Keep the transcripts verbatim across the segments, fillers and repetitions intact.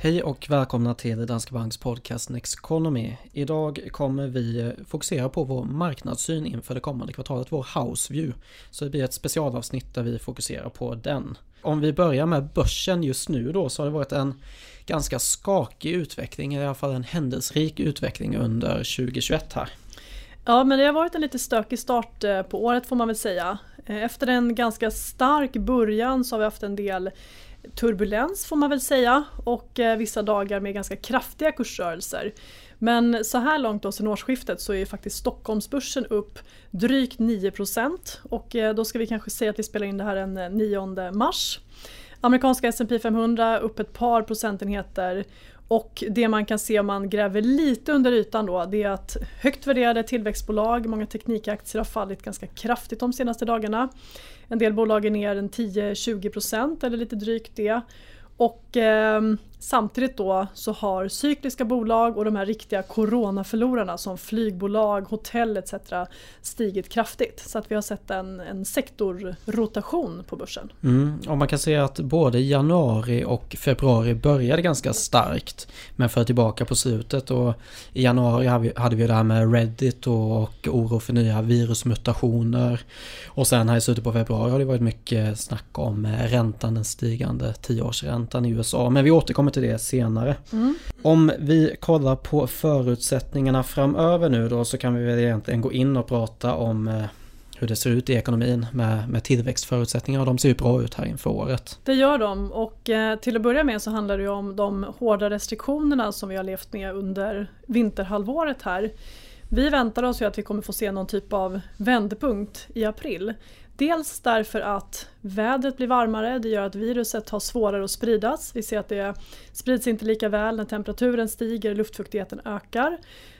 Hej och välkomna till Danske Banks podcast Next Economy. Idag kommer vi fokusera på vår marknadssyn inför det kommande kvartalet, vår house view. Så det blir ett specialavsnitt där vi fokuserar på den. Om vi börjar med börsen just nu då, så har det varit en ganska skakig utveckling, i alla fall en händelserik utveckling under tjugohundratjugoett här. Ja, men det har varit en lite stökig start på året får man väl säga. Efter en ganska stark början så har vi haft en del turbulens får man väl säga, och eh, vissa dagar med ganska kraftiga kursrörelser. Men så här långt då sedan årsskiftet så är ju faktiskt Stockholmsbörsen upp drygt nio procent, och eh, då ska vi kanske säga att vi spelar in det här den nionde mars. Amerikanska S and P femhundra upp ett par procentenheter, och det man kan se om man gräver lite under ytan då, det är att högt värderade tillväxtbolag, många teknikaktier har fallit ganska kraftigt de senaste dagarna. En del bolag är ner en tio till tjugo procent eller lite drygt det. Och eh, samtidigt då så har cykliska bolag och de här riktiga coronaförlorarna som flygbolag, hotell et cetera stigit kraftigt. Så att vi har sett en, en sektorrotation på börsen. Mm, och man kan säga att både januari och februari började ganska starkt, men för tillbaka på slutet. Och i januari hade vi, hade vi det här med Reddit och, och oro för nya virusmutationer. Och sen här i slutet på februari har det varit mycket snack om räntan, den stigande tioårsräntan i U S A. Men vi återkommer till det senare. Mm. Om vi kollar på förutsättningarna framöver nu då, så kan vi väl egentligen gå in och prata om eh, hur det ser ut i ekonomin med, med tillväxtförutsättningar, och de ser ju bra ut här inför året. Det gör de, och eh, till att börja med så handlar det ju om de hårda restriktionerna som vi har levt med under vinterhalvåret här. Vi väntar oss ju att vi kommer få se någon typ av vändpunkt i april. Dels därför att vädret blir varmare, det gör att viruset har svårare att spridas. Vi ser att det sprids inte lika väl när temperaturen stiger, luftfuktigheten ökar.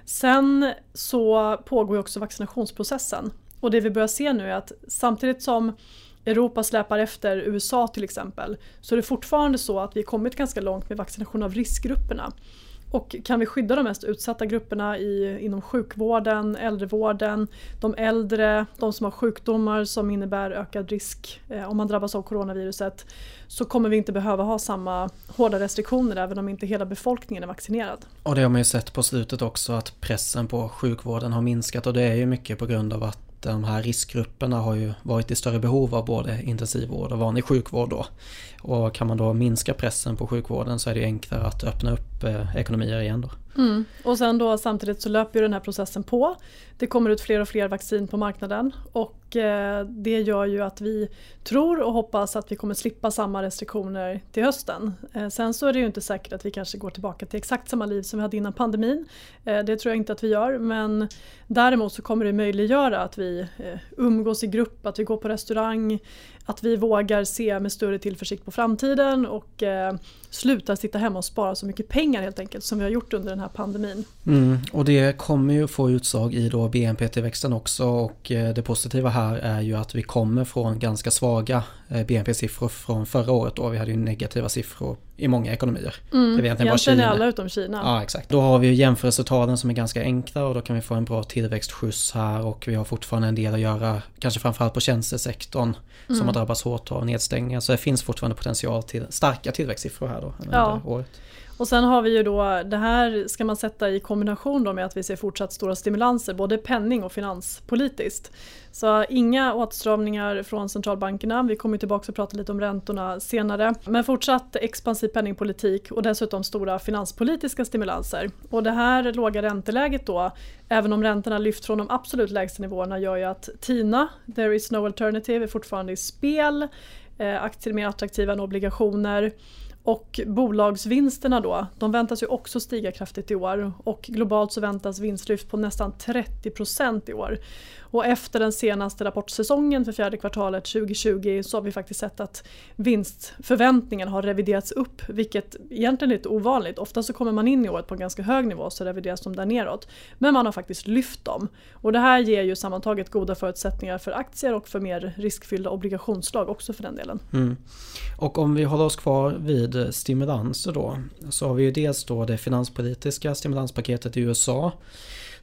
Sen så pågår ju också vaccinationsprocessen. Och det vi börjar se nu är att samtidigt som Europa släpar efter U S A till exempel, så är det fortfarande så att vi kommit ganska långt med vaccination av riskgrupperna. Och kan vi skydda de mest utsatta grupperna i, inom sjukvården, äldrevården, de äldre, de som har sjukdomar som innebär ökad risk eh, om man drabbas av coronaviruset, så kommer vi inte behöva ha samma hårda restriktioner även om inte hela befolkningen är vaccinerad. Och det har man ju sett på slutet också, att pressen på sjukvården har minskat, och det är ju mycket på grund av att de här riskgrupperna har ju varit i större behov av både intensivvård och vanlig sjukvård då. Och kan man då minska pressen på sjukvården så är det enklare att öppna upp eh, ekonomier igen då. Mm. Och sen då samtidigt så löper ju den här processen på. Det kommer ut fler och fler vaccin på marknaden, och eh, det gör ju att vi tror och hoppas att vi kommer slippa samma restriktioner till hösten. Eh, sen så är det ju inte säkert att vi kanske går tillbaka till exakt samma liv som vi hade innan pandemin. Eh, det tror jag inte att vi gör, men däremot så kommer det möjliggöra att vi eh, umgås i grupp, att vi går på restaurang, att vi vågar se med större tillförsikt på framtiden och eh, sluta sitta hemma och spara så mycket pengar helt enkelt som vi har gjort under den här pandemin. Mm, och det kommer ju få utslag i då B N P-tillväxten också, och eh, det positiva här är ju att vi kommer från ganska svaga eh, B N P-siffror från förra året då. Vi hade ju negativa siffror i många ekonomier. Mm, det var egentligen bara Kina. är alla utom Kina. Ja, exakt. Då har vi ju jämförelsetalen som är ganska enkla, och då kan vi få en bra tillväxtskjuts här, och vi har fortfarande en del att göra, kanske framförallt på tjänstesektorn mm. som har drabbats hårt av nedstängningar. Så det finns fortfarande potential till starka tillväxtsiffror här då ja. under året. Och sen har vi ju då, det här ska man sätta i kombination då med att vi ser fortsatt stora stimulanser, både penning- och finanspolitiskt. Så inga åtstramningar från centralbankerna, vi kommer tillbaka och prata lite om räntorna senare. Men fortsatt expansiv penningpolitik och dessutom stora finanspolitiska stimulanser. Och det här låga ränteläget då, även om räntorna lyft från de absolut lägsta nivåerna, gör ju att TINA, there is no alternative, är fortfarande i spel. Eh, aktier mer attraktiva än obligationer. Och bolagsvinsterna då, de väntas ju också stiga kraftigt i år, och globalt så väntas vinstlyft på nästan trettio procent i år. Och efter den senaste rapportsäsongen för fjärde kvartalet tjugohundratjugo så har vi faktiskt sett att vinstförväntningen har reviderats upp, vilket egentligen är lite ovanligt. Ofta så kommer man in i året på en ganska hög nivå så revideras de där neråt. Men man har faktiskt lyft dem. Och det här ger ju sammantaget goda förutsättningar för aktier och för mer riskfyllda obligationslag också för den delen. Mm. Och om vi håller oss kvar vid stimulanser då, så har vi ju dels då det finanspolitiska stimulanspaketet i U S A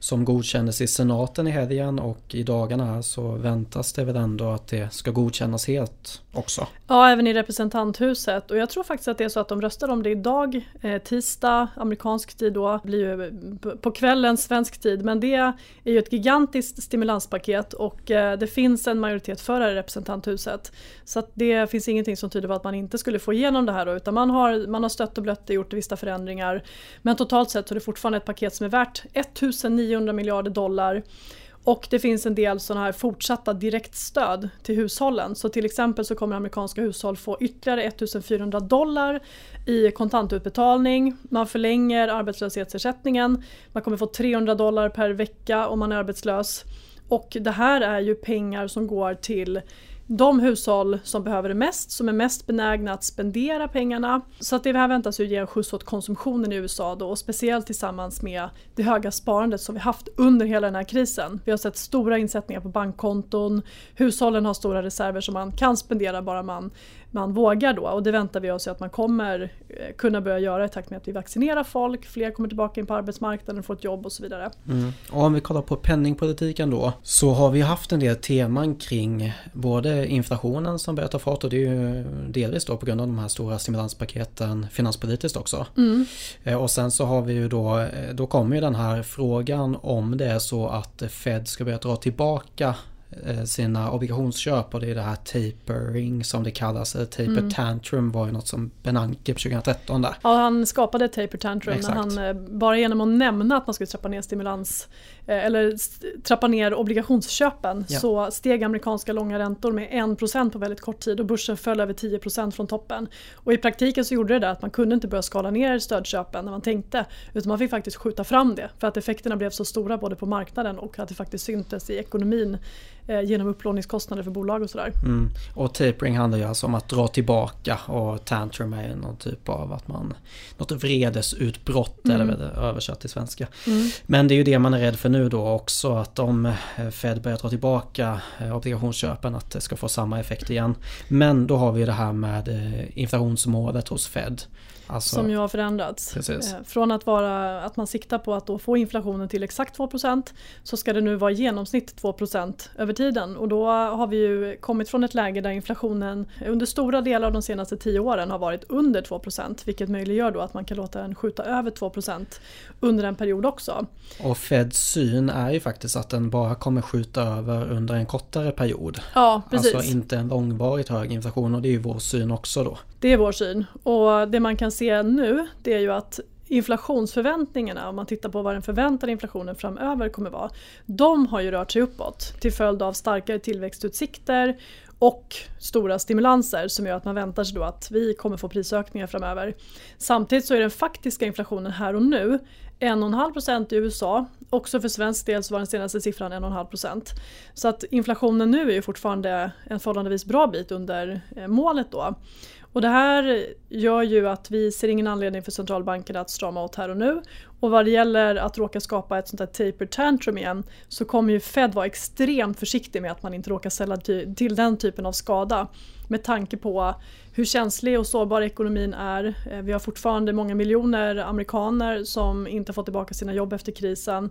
som godkändes i senaten i helgen, och i dagarna här så väntas det väl ändå att det ska godkännas helt också. Ja, även i representanthuset, och jag tror faktiskt att det är så att de röstar om det idag, eh, tisdag, amerikansk tid då, blir ju på kvällen svensk tid, men det är ju ett gigantiskt stimulanspaket och eh, det finns en majoritet för det i representanthuset, så att det finns ingenting som tyder på att man inte skulle få igenom det här då, utan man har, man har stött och blött och gjort vissa förändringar, men totalt sett så är det fortfarande ett paket som är värt ettusenniohundra miljarder dollar. Och det finns en del sådana här fortsatta direktstöd till hushållen. Så till exempel så kommer amerikanska hushåll få ytterligare ettusenfyrahundra dollar i kontantutbetalning. Man förlänger arbetslöshetsersättningen. Man kommer få trehundra dollar per vecka om man är arbetslös. Och det här är ju pengar som går till de hushåll som behöver det mest, som är mest benägna att spendera pengarna. Så att det här väntas ju ge en skjuts åt konsumtionen i U S A då, och speciellt tillsammans med det höga sparandet som vi haft under hela den här krisen. Vi har sett stora insättningar på bankkonton, hushållen har stora reserver som man kan spendera bara man, man vågar då, och det väntar vi oss att man kommer kunna börja göra i takt med att vi vaccinerar folk, fler kommer tillbaka in på arbetsmarknaden och får ett jobb och så vidare. Mm. Och om vi kollar på penningpolitiken då, så har vi haft en del teman kring både inflationen som börjar ta fart, och det är ju delvis då på grund av de här stora stimulanspaketen finanspolitiskt också. Mm. Och sen så har vi ju då, då kommer ju den här frågan om det är så att Fed ska börja dra tillbaka sina obligationsköp, och det är det här tapering som det kallas. Taper mm. tantrum var ju något som Bernanke på tjugohundratretton där. Ja, han skapade taper tantrum när han bara genom att nämna att man skulle trappa ner stimulans eller trappa ner obligationsköpen, ja. Så steg amerikanska långa räntor med en procent på väldigt kort tid och börsen föll över tio procent från toppen. Och i praktiken så gjorde det där att man kunde inte börja skala ner stödköpen när man tänkte, utan man fick faktiskt skjuta fram det för att effekterna blev så stora både på marknaden och att det faktiskt syntes i ekonomin genom upplåningskostnader för bolag och sådär. Mm. Och tapering handlar ju alltså om att dra tillbaka, och tantrum är någon typ av att man något vredesutbrott mm. eller översatt till svenska. Mm. Men det är ju det man är rädd för nu då också, att om Fed börjar dra tillbaka obligationsköpen att det ska få samma effekt igen. Men då har vi det här med inflationsmålet hos Fed. Alltså, som ju har förändrats. Precis. Från att vara att man siktar på att då få inflationen till exakt två procent, så ska det nu vara i genomsnitt två procent över tiden. Och då har vi ju kommit från ett läge där inflationen under stora delar av de senaste tio åren har varit under två procent, vilket möjliggör då att man kan låta den skjuta över två procent under en period också. Och Feds syn är ju faktiskt att den bara kommer skjuta över under en kortare period. Ja, precis. Alltså inte en långvarigt hög inflation, och det är ju vår syn också då. Det är vår syn, och det man kan se nu, det är ju att inflationsförväntningarna, om man tittar på vad den förväntade inflationen framöver kommer vara, de har ju rört sig uppåt till följd av starkare tillväxtutsikter och stora stimulanser som gör att man väntar sig då att vi kommer få prisökningar framöver. Samtidigt så är den faktiska inflationen här och nu en komma fem procent i U S A. Också för svensk del så var den senaste siffran en komma fem procent. Så att inflationen nu är ju fortfarande en förhållandevis bra bit under målet då. Och det här gör ju att vi ser ingen anledning för centralbankerna att strama åt här och nu. Och vad det gäller att råka skapa ett sånt här taper tantrum igen, så kommer ju Fed vara extremt försiktig med att man inte råkar ställa till den typen av skada. Med tanke på hur känslig och sårbar ekonomin är. Vi har fortfarande många miljoner amerikaner som inte fått tillbaka sina jobb efter krisen.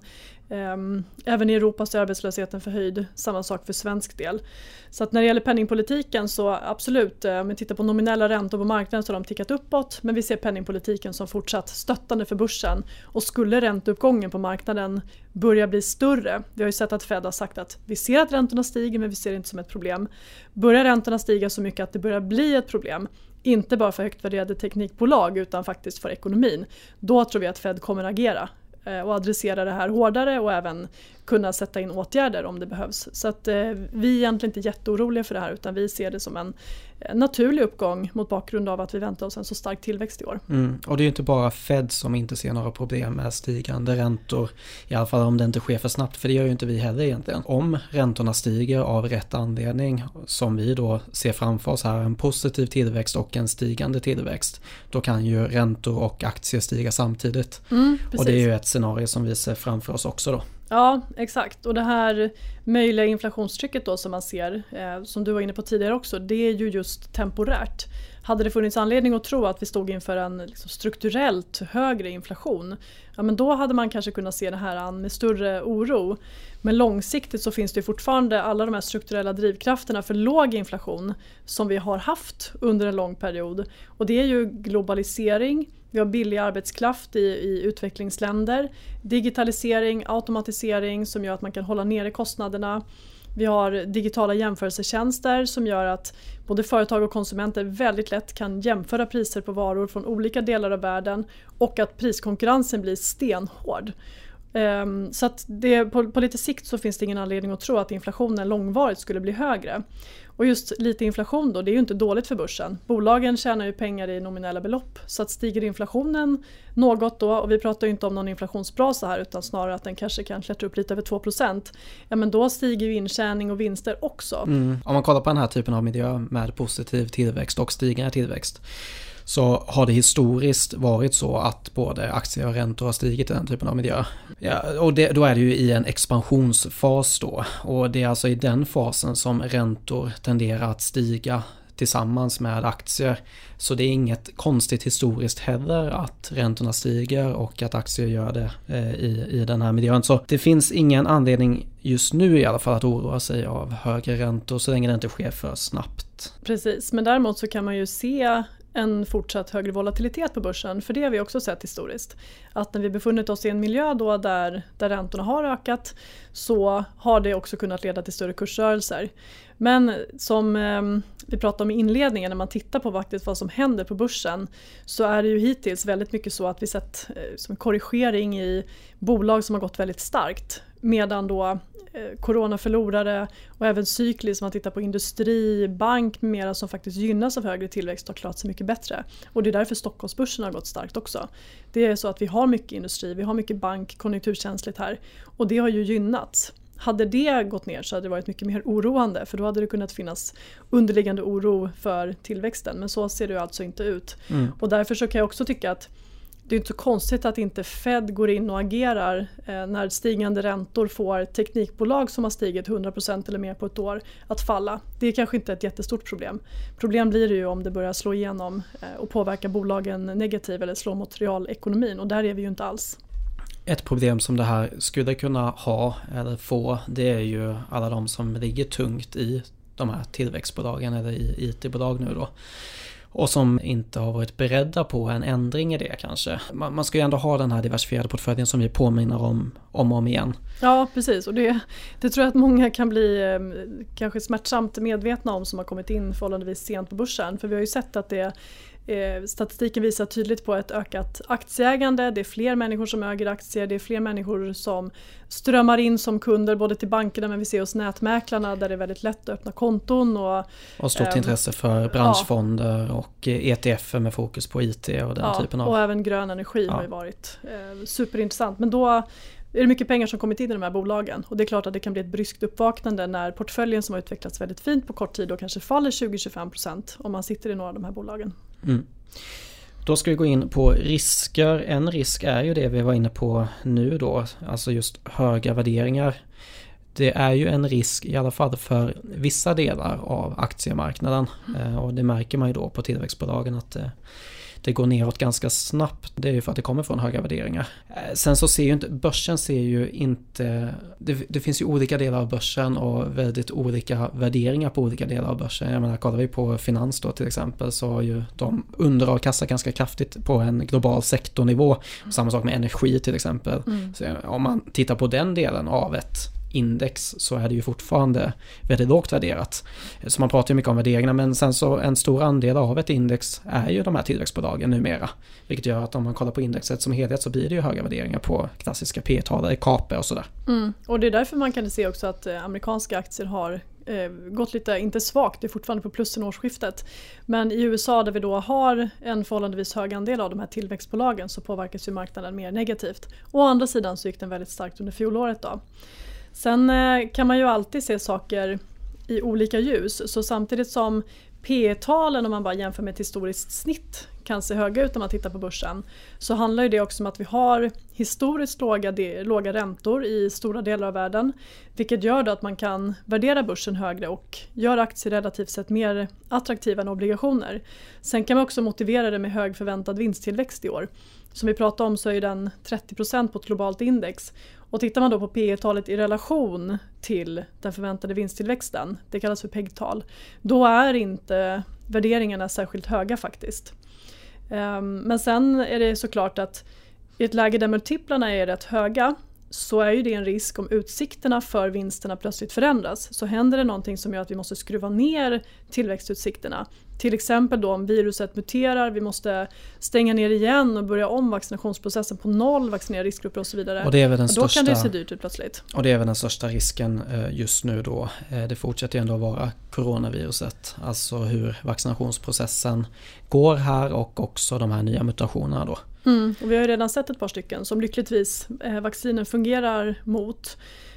Även i Europa så är arbetslösheten förhöjd. Samma sak för svensk del. Så att när det gäller penningpolitiken så absolut, om vi tittar på nominella räntor på marknaden så har de tickat uppåt. Men vi ser penningpolitiken som fortsatt stöttande för börsen. Och skulle ränteuppgången på marknaden börja bli större. Vi har ju sett att Fed har sagt att vi ser att räntorna stiger, men vi ser det inte som ett problem. Börjar räntorna stiga så mycket att det börjar bli ett problem, inte bara för högt värderade teknikbolag utan faktiskt för ekonomin, då tror vi att Fed kommer agera och adressera det här hårdare och även kunna sätta in åtgärder om det behövs. Så att eh, vi är egentligen inte jätteoroliga för det här, utan vi ser det som en eh, naturlig uppgång mot bakgrund av att vi väntar oss en så stark tillväxt i år. Mm. Och det är ju inte bara Fed som inte ser några problem med stigande räntor, i alla fall om det inte sker för snabbt, för det gör ju inte vi heller egentligen. Om räntorna stiger av rätt anledning, som vi då ser framför oss här, en positiv tillväxt och en stigande tillväxt, då kan ju räntor och aktier stiga samtidigt. Mm, och det är ju ett scenario som vi ser framför oss också då. Ja, exakt. Och det här möjliga inflationstrycket då som man ser, eh, som du var inne på tidigare också, det är ju just temporärt. Hade det funnits anledning att tro att vi stod inför en liksom strukturellt högre inflation, ja, men då hade man kanske kunnat se det här an med större oro. Men långsiktigt så finns det fortfarande alla de här strukturella drivkrafterna för låg inflation som vi har haft under en lång period. Och det är ju globalisering, vi har billig arbetskraft i, i utvecklingsländer, digitalisering, automatisering som gör att man kan hålla nere kostnaderna. Vi har digitala jämförelsetjänster som gör att både företag och konsumenter väldigt lätt kan jämföra priser på varor från olika delar av världen och att priskonkurrensen blir stenhård. Så att det, på, på lite sikt så finns det ingen anledning att tro att inflationen långvarigt skulle bli högre. Och just lite inflation då, det är ju inte dåligt för börsen. Bolagen tjänar ju pengar i nominella belopp, så att stiger inflationen något då, och vi pratar ju inte om någon inflationsbrasa här utan snarare att den kanske kan klättra upp lite över två procent, ja men då stiger ju intjäning och vinster också. Mm. Om man kollar på den här typen av miljö med positiv tillväxt och stigande tillväxt, så har det historiskt varit så att både aktier och räntor har stigit i den typen av miljö. Ja, och det, då är det ju i en expansionsfas då. Och det är alltså i den fasen som räntor tenderar att stiga tillsammans med aktier. Så det är inget konstigt historiskt heller att räntorna stiger och att aktier gör det eh, i, i den här miljön. Så det finns ingen anledning just nu i alla fall att oroa sig av högre räntor så länge det inte sker för snabbt. Precis, men däremot så kan man ju se en fortsatt högre volatilitet på börsen, för det har vi också sett historiskt. Att när vi befunnit oss i en miljö då där, där räntorna har ökat så har det också kunnat leda till större kursrörelser. Men som eh, vi pratade om i inledningen, när man tittar på faktiskt vad som händer på börsen så är det ju hittills väldigt mycket så att vi sett eh, som en korrigering i bolag som har gått väldigt starkt, medan då coronaförlorare och även cykliskt som man tittar på industri, bank med mera som faktiskt gynnas av högre tillväxt har klarat sig mycket bättre. Och det är därför Stockholmsbörsen har gått starkt också. Det är så att vi har mycket industri, vi har mycket bank, konjunkturkänsligt här och det har ju gynnats. Hade det gått ner så hade det varit mycket mer oroande, för då hade det kunnat finnas underliggande oro för tillväxten, men så ser det alltså inte ut. Mm. Och därför så kan jag också tycka att det är inte så konstigt att inte Fed går in och agerar eh, när stigande räntor får teknikbolag som har stigit hundra procent eller mer på ett år att falla. Det är kanske inte ett jättestort problem. Problem blir det ju om det börjar slå igenom eh, och påverka bolagen negativt eller slå mot realekonomin, och där är vi ju inte alls. Ett problem som det här skulle kunna ha eller få, det är ju alla de som ligger tungt i de här tillväxtbolagen eller i I T-bolag nu då. Och som inte har varit beredda på en ändring i det kanske. Man, man ska ju ändå ha den här diversifierade portföljen som vi påminner om om och om igen. Ja, precis. Och det, det tror jag att många kan bli eh, kanske smärtsamt medvetna om som har kommit in förhållandevis sent på börsen. För vi har ju sett att det Eh, statistiken visar tydligt på ett ökat aktieägande. Det är fler människor som äger aktier. Det är fler människor som strömmar in som kunder både till bankerna, men vi ser hos nätmäklarna där det är väldigt lätt att öppna konton. Och, och stort eh, intresse för branschfonder ja. och E T F med fokus på I T och den ja, typen av... och även grön energi ja. har ju varit eh, superintressant. Men då är det mycket pengar som kommit in i de här bolagen, och det är klart att det kan bli ett bryskt uppvaknande när portföljen som har utvecklats väldigt fint på kort tid och kanske faller tjugo till tjugofem procent om man sitter i några av de här bolagen. Mm. Då ska vi gå in på risker. En risk är ju det vi var inne på nu då, alltså just höga värderingar. Det är ju en risk i alla fall för vissa delar av aktiemarknaden mm. och det märker man ju då på tillväxtbolagen att det går neråt ganska snabbt. Det är ju för att det kommer från höga värderingar. Sen så ser ju inte, börsen ser ju inte, det, det finns ju olika delar av börsen och väldigt olika värderingar på olika delar av börsen. Jag menar, kollar vi på finans då till exempel så har ju de underavkastat ganska kraftigt på en global sektornivå. Mm. Samma sak med energi till exempel. Mm. Så om man tittar på den delen av ett index så är det ju fortfarande väldigt lågt värderat. Så man pratar ju mycket om värderingarna, men sen så en stor andel av ett index är ju de här tillväxtbolagen numera. Vilket gör att om man kollar på indexet som helhet så blir det ju höga värderingar på klassiska P-tal, K P och sådär. Mm. Och det är därför man kan se också att eh, amerikanska aktier har eh, gått lite, inte svagt, det är fortfarande på plus sen årsskiftet. Men i U S A där vi då har en förhållandevis hög andel av de här tillväxtbolagen så påverkas ju marknaden mer negativt. Å andra sidan så gick den väldigt starkt under fjolåret då. Sen kan man ju alltid se saker i olika ljus. Så samtidigt som P E-talen, om man bara jämför med ett historiskt snitt, kan se höga ut när man tittar på börsen, så handlar ju det också om att vi har historiskt låga, de, låga räntor i stora delar av världen, vilket gör då att man kan värdera börsen högre och göra aktier relativt sett mer attraktiva än obligationer. Sen kan man också motivera det med hög förväntad vinsttillväxt i år. Som vi pratade om så är den trettio procent på ett globalt index. Och tittar man då på P E-talet i relation till den förväntade vinsttillväxten, det kallas för P E G-tal, då är inte värderingarna särskilt höga faktiskt. Men sen är det såklart att i ett läge där multiplarna är rätt höga, så är ju det en risk om utsikterna för vinsterna plötsligt förändras. Så händer det någonting som gör att vi måste skruva ner tillväxtutsikterna. Till exempel då om viruset muterar, vi måste stänga ner igen och börja om vaccinationsprocessen på noll, vaccinera riskgrupper och så vidare. Och det är väl den och då största, kan det se dyrt ut plötsligt. Och det är väl den största risken just nu då. Det fortsätter ju ändå vara coronaviruset. Alltså hur vaccinationsprocessen går här och också de här nya mutationerna då. Mm, och vi har ju redan sett ett par stycken som lyckligtvis eh, vaccinen fungerar mot.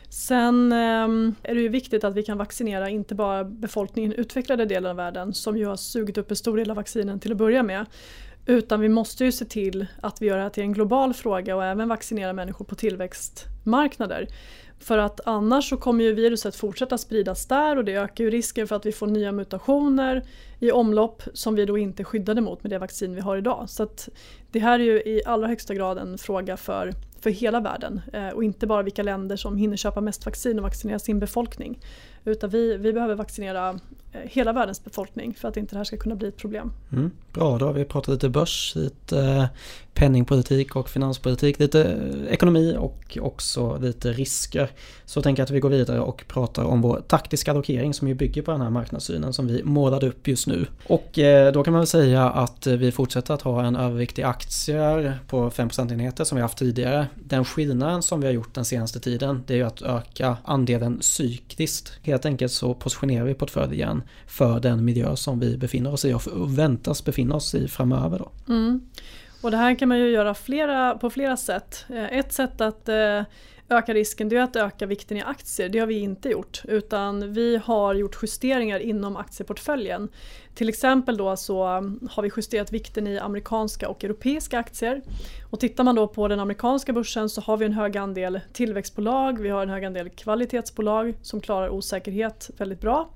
Sen eh, är det ju viktigt att vi kan vaccinera inte bara befolkningen i utvecklade delen av världen som ju har sugit upp en stor del av vaccinen till att börja med. Utan vi måste ju se till att vi gör det här till en global fråga och även vaccinera människor på tillväxtmarknader. För att annars så kommer ju viruset fortsätta spridas där och det ökar ju risken för att vi får nya mutationer i omlopp som vi då inte skyddade mot med det vaccin vi har idag. Så att det här är ju i allra högsta grad en fråga för, för hela världen eh, och inte bara vilka länder som hinner köpa mest vaccin och vaccinera sin befolkning. Utan vi, vi behöver vaccinera eh, hela världens befolkning för att inte det här ska kunna bli ett problem. Mm, bra, då har vi pratat lite börs, lite eh, penningpolitik och finanspolitik, lite eh, ekonomi och också lite risker. Så jag tänker att vi går vidare och pratar om vår taktiska allokering som ju bygger på den här marknadssynen som vi målade upp just nu. Och eh, då kan man väl säga att vi fortsätter att ha en övervikt i aktier på fem procentenheter som vi haft tidigare. Den skillnaden som vi har gjort den senaste tiden, det är ju att öka andelen cykliskt. Helt enkelt så positionerar vi portföljen för den miljö som vi befinner oss i och väntas befinna oss i framöver då. Mm. Och det här kan man ju göra flera, på flera sätt. Ett sätt att eh, öka risken, det är att öka vikten i aktier. Det har vi inte gjort, utan vi har gjort justeringar inom aktieportföljen. Till exempel då så har vi justerat vikten i amerikanska och europeiska aktier. Och tittar man då på den amerikanska börsen så har vi en hög andel tillväxtbolag, vi har en hög andel kvalitetsbolag som klarar osäkerhet väldigt bra.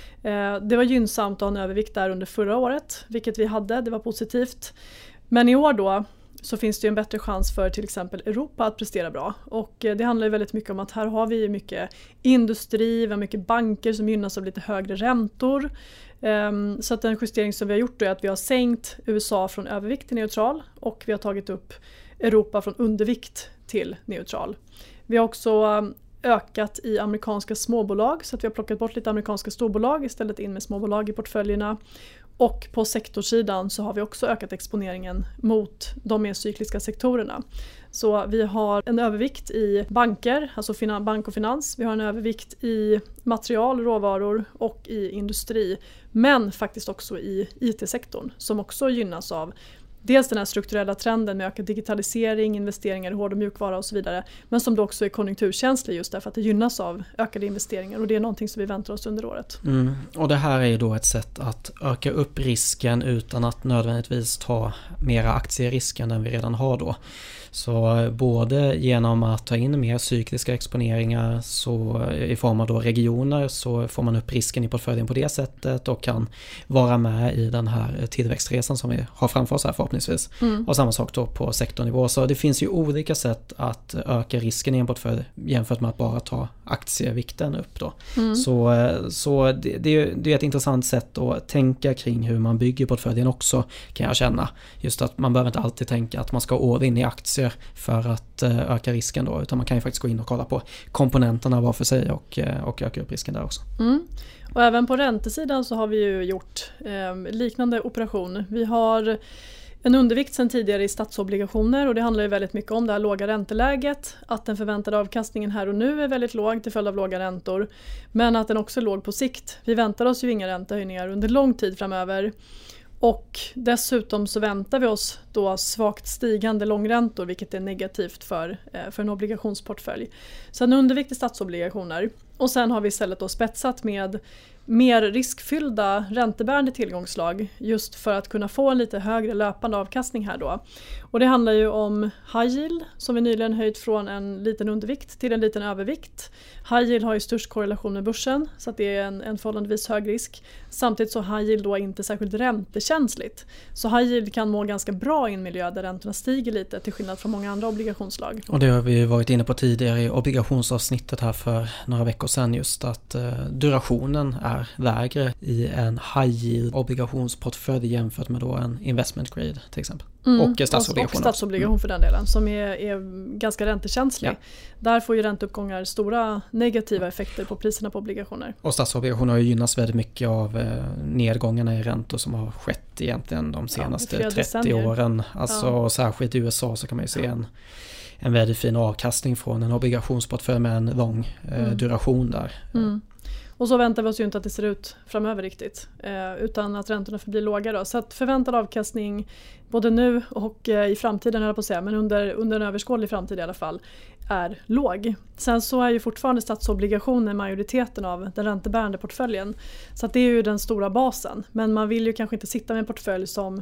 Det var gynnsamt att ha en övervikt där under förra året, vilket vi hade, det var positivt. Men i år då så finns det ju en bättre chans för till exempel Europa att prestera bra. Och det handlar ju väldigt mycket om att här har vi mycket industri, vi har mycket banker som gynnas av lite högre räntor. Så att den justering som vi har gjort är att vi har sänkt U S A från övervikt till neutral och vi har tagit upp Europa från undervikt till neutral. Vi har också ökat i amerikanska småbolag så att vi har plockat bort lite amerikanska storbolag istället in med småbolag i portföljerna. Och på sektorsidan så har vi också ökat exponeringen mot de mer cykliska sektorerna. Så vi har en övervikt i banker, alltså bank och finans. Vi har en övervikt i material, råvaror och i industri. Men faktiskt också i I T-sektorn som också gynnas av dels den här strukturella trenden med ökad digitalisering, investeringar i hård- och mjukvara och så vidare. Men som då också är konjunkturkänslig just därför att det gynnas av ökade investeringar. Och det är någonting som vi väntar oss under året. Mm. Och det här är ju då ett sätt att öka upp risken utan att nödvändigtvis ta mera aktierisken än vi redan har då. Så både genom att ta in mer cykliska exponeringar så i form av då regioner så får man upp risken i portföljen på det sättet och kan vara med i den här tillväxtresan som vi har framför oss här förhoppningsvis. Mm. Och samma sak då på sektornivå. Så det finns ju olika sätt att öka risken i en portfölj jämfört med att bara ta aktievikten upp då. Mm. Så, så det, det, det är ett intressant sätt att tänka kring hur man bygger portföljen också kan jag känna. Just att man behöver inte alltid tänka att man ska all in i aktier för att öka risken då, utan man kan ju faktiskt gå in och kolla på komponenterna var för sig och, och öka upp risken där också. Mm. Och även på räntesidan så har vi ju gjort eh, liknande operation. Vi har en undervikt sedan tidigare i statsobligationer och det handlar ju väldigt mycket om det här låga ränteläget, att den förväntade avkastningen här och nu är väldigt låg till följd av låga räntor, men att den också är låg på sikt. Vi väntar oss ju inga räntehöjningar under lång tid framöver. Och dessutom så väntar vi oss då svagt stigande långräntor, vilket är negativt för, för en obligationsportfölj. Så en undervikt i statsobligationer. Och sen har vi istället då spetsat med mer riskfyllda räntebärande tillgångslag just för att kunna få en lite högre löpande avkastning här då. Och det handlar ju om high yield som vi nyligen höjt från en liten undervikt till en liten övervikt. High yield har ju störst korrelation med börsen så att det är en, en förhållandevis hög risk. Samtidigt så high yield då inte särskilt räntekänsligt. Så high yield kan må ganska bra i en miljö där räntorna stiger lite till skillnad från många andra obligationslag. Och det har vi varit inne på tidigare i obligationsavsnittet här för några veckor sedan, just att eh, durationen är lägre i en high yield obligationsportfölj jämfört med då en investment grade till exempel. Mm. Och statsobligation. Och statsobligation mm. för den delen som är, är ganska räntekänslig. Ja. Där får ju ränteuppgångar stora negativa effekter på priserna på obligationer. Och statsobligationer har ju gynnats väldigt mycket av eh, nedgångarna i räntor som har skett egentligen de senaste ja, trettio decennier. Åren. Alltså ja. Särskilt i U S A så kan man ju se en, en väldigt fin avkastning från en obligationsportfölj med en lång eh, mm. duration där. Mm. Och så väntar vi oss ju inte att det ser ut framöver riktigt. Eh, utan att räntorna förblir låga då. Så att förväntad avkastning både nu och eh, i framtiden, jag på att säga, men under, under en överskådlig framtid i alla fall, är låg. Sen så är ju fortfarande statsobligationer majoriteten av den räntebärande portföljen. Så att det är ju den stora basen. Men man vill ju kanske inte sitta med en portfölj som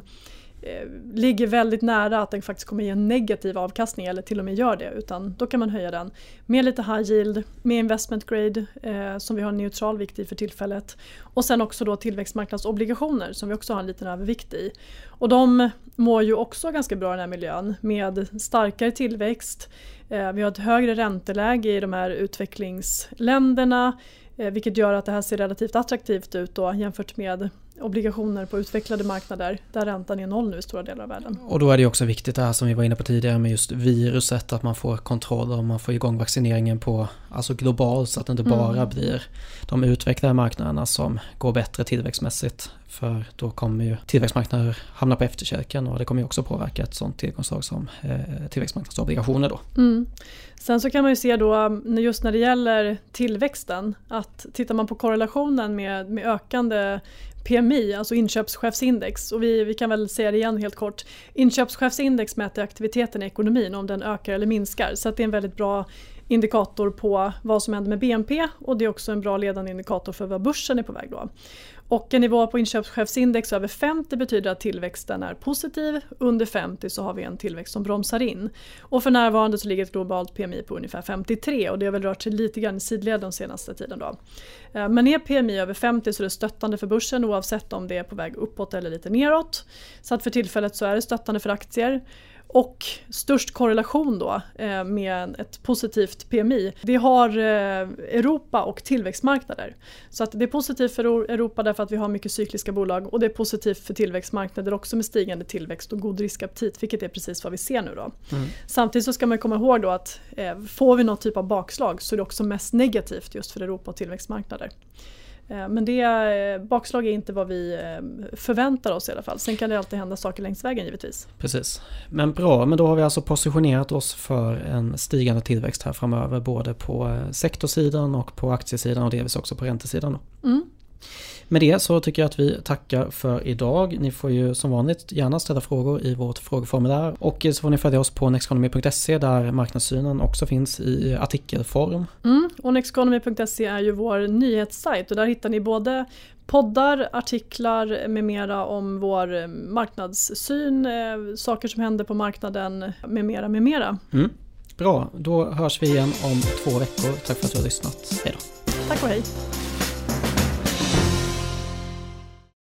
ligger väldigt nära att den faktiskt kommer ge en negativ avkastning eller till och med gör det, utan då kan man höja den med lite high yield, med investment grade eh, som vi har en neutral vikt i för tillfället och sen också då tillväxtmarknadsobligationer som vi också har en liten övervikt i. Och de mår ju också ganska bra i den här miljön med starkare tillväxt. Eh, vi har ett högre ränteläge i de här utvecklingsländerna eh, vilket gör att det här ser relativt attraktivt ut då, jämfört med obligationer på utvecklade marknader där räntan är noll nu i stora delar av världen. Och då är det också viktigt det här som vi var inne på tidigare med just viruset, att man får kontroll och man får igång vaccineringen på alltså globalt så att det inte bara mm. blir de utvecklade marknaderna som går bättre tillväxtmässigt, för då kommer ju tillväxtmarknader hamna på efterkälken och det kommer ju också påverka ett sånt tillgångslag som eh, tillväxtmarknadsobligationer då. Mm. Sen så kan man ju se då just när det gäller tillväxten att tittar man på korrelationen med, med ökande P M I, alltså inköpschefsindex, och vi, vi kan väl säga det igen helt kort. Inköpschefsindex mäter aktiviteten i ekonomin, om den ökar eller minskar, så att det är en väldigt bra indikator på vad som händer med B N P och det är också en bra ledande indikator för vad börsen är på väg då. Och en nivå på inköpschefsindex över femtio betyder att tillväxten är positiv. Under femtio så har vi en tillväxt som bromsar in. Och för närvarande så ligger ett globalt P M I på ungefär femtiotre och det har väl rört sig lite grann i sidled den senaste tiden då. Men är P M I över femtio så är det stöttande för börsen oavsett om det är på väg uppåt eller lite neråt. Så att för tillfället så är det stöttande för aktier. Och störst korrelation då eh, med ett positivt P M I, det har eh, Europa och tillväxtmarknader. Så att det är positivt för Europa därför att vi har mycket cykliska bolag och det är positivt för tillväxtmarknader också med stigande tillväxt och god riskaptit, vilket är precis vad vi ser nu då. Mm. Samtidigt så ska man komma ihåg då att eh, får vi något typ av bakslag så är det också mest negativt just för Europa och tillväxtmarknader. Men det, bakslag är inte vad vi förväntar oss i alla fall. Sen kan det alltid hända saker längs vägen givetvis. Precis. Men bra, men då har vi alltså positionerat oss för en stigande tillväxt här framöver. Både på sektorsidan och på aktiesidan och delvis också på räntesidan då. Mm. Med det så tycker jag att vi tackar för idag. Ni får ju som vanligt gärna ställa frågor i vårt frågeformulär. Och så får ni följa oss på nexteconomy punkt se där marknadssynen också finns i artikelform. Mm, och nexteconomy punkt se är ju vår nyhetssajt och där hittar ni både poddar, artiklar med mera om vår marknadssyn, eh, saker som händer på marknaden med mera med mera. Mm. Bra, då hörs vi igen om två veckor. Tack för att du har lyssnat. Hej då. Tack och hej.